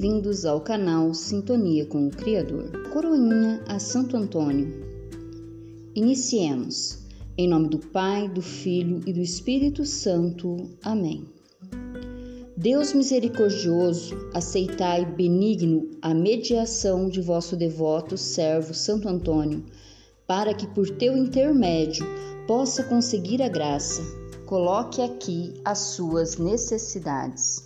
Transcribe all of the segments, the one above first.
bem-vindos ao canal Sintonia com o Criador. Coroinha a Santo Antônio. Iniciemos. Em nome do Pai, do Filho e do Espírito Santo. Amém. Deus misericordioso, aceitai benigno a mediação de vosso devoto servo Santo Antônio, para que por teu intermédio possa conseguir a graça. Coloque aqui as suas necessidades.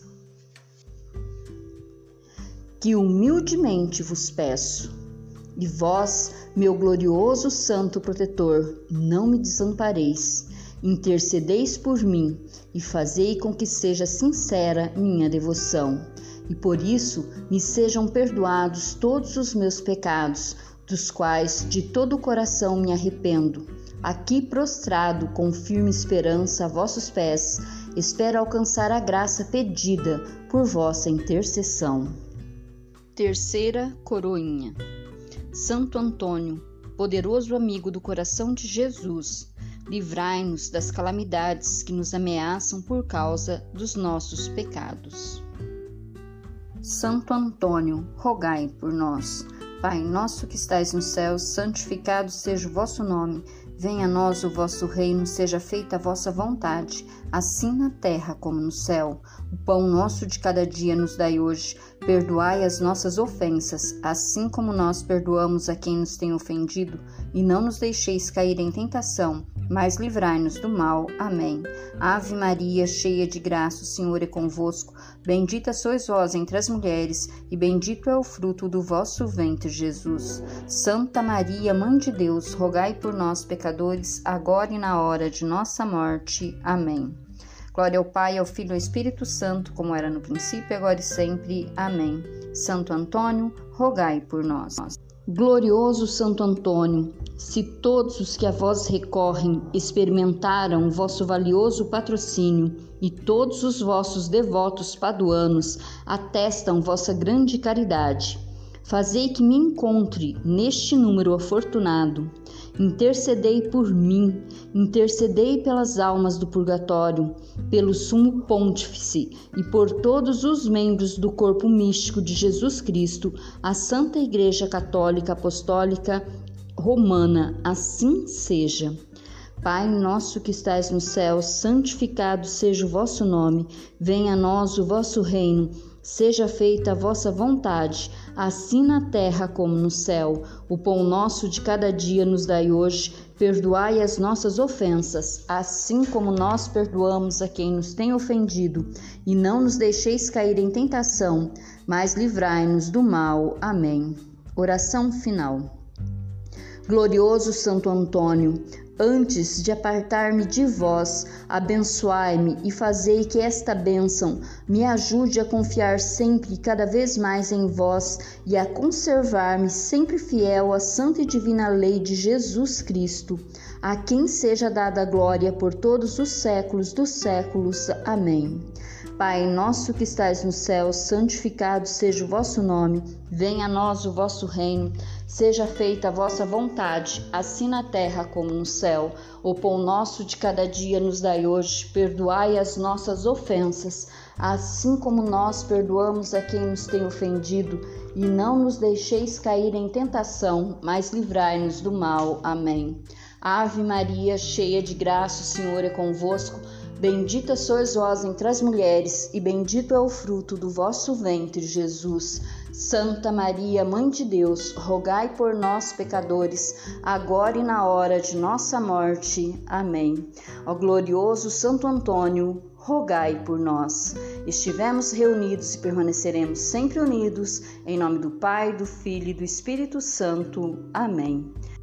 Que humildemente vos peço, e vós, meu glorioso santo protetor, não me desampareis, intercedeis por mim e fazei com que seja sincera minha devoção, e por isso me sejam perdoados todos os meus pecados, dos quais de todo o coração me arrependo. Aqui prostrado com firme esperança a vossos pés, espero alcançar a graça pedida por vossa intercessão. Terceira coroinha. Santo Antônio, poderoso amigo do coração de Jesus, livrai-nos das calamidades que nos ameaçam por causa dos nossos pecados. Santo Antônio, rogai por nós. Pai nosso que estais no céu, santificado seja o vosso nome. Venha a nós o vosso reino, seja feita a vossa vontade, assim na terra como no céu. O pão nosso de cada dia nos dai hoje. Perdoai as nossas ofensas, assim como nós perdoamos a quem nos tem ofendido. E não nos deixeis cair em tentação, mas livrai-nos do mal. Amém. Ave Maria, cheia de graça, o Senhor é convosco. Bendita sois vós entre as mulheres, e bendito é o fruto do vosso ventre, Jesus. Santa Maria, Mãe de Deus, rogai por nós, pecadores, agora e na hora de nossa morte. Amém. Glória ao Pai, ao Filho e ao Espírito Santo, como era no princípio, agora e sempre. Amém. Santo Antônio, rogai por nós. Glorioso Santo Antônio, se todos os que a vós recorrem experimentaram vosso valioso patrocínio e todos os vossos devotos paduanos atestam vossa grande caridade, fazei que me encontre neste número afortunado. Intercedei por mim, intercedei pelas almas do purgatório, pelo sumo pontífice e por todos os membros do corpo místico de Jesus Cristo, a Santa Igreja Católica Apostólica Romana, assim seja. Pai nosso que estais no céu, santificado seja o vosso nome, venha a nós o vosso reino, seja feita a vossa vontade, assim na terra como no céu. O pão nosso de cada dia nos dai hoje, perdoai as nossas ofensas, assim como nós perdoamos a quem nos tem ofendido, e não nos deixeis cair em tentação, mas livrai-nos do mal. Amém. Oração final. Glorioso Santo Antônio, antes de apartar-me de vós, abençoai-me e fazei que esta bênção me ajude a confiar sempre e cada vez mais em vós e a conservar-me sempre fiel à santa e divina lei de Jesus Cristo, a quem seja dada a glória por todos os séculos dos séculos. Amém. Pai nosso que estais no céu, santificado seja o vosso nome, venha a nós o vosso reino, seja feita a vossa vontade, assim na terra como no céu. O pão nosso de cada dia nos dai hoje, perdoai as nossas ofensas, assim como nós perdoamos a quem nos tem ofendido, e não nos deixeis cair em tentação, mas livrai-nos do mal. Amém. Ave Maria, cheia de graça, o Senhor é convosco. Bendita sois vós entre as mulheres, e bendito é o fruto do vosso ventre, Jesus. Santa Maria, Mãe de Deus, rogai por nós, pecadores, agora e na hora de nossa morte. Amém. Ó glorioso Santo Antônio, rogai por nós. Estivemos reunidos e permaneceremos sempre unidos, em nome do Pai, do Filho e do Espírito Santo. Amém.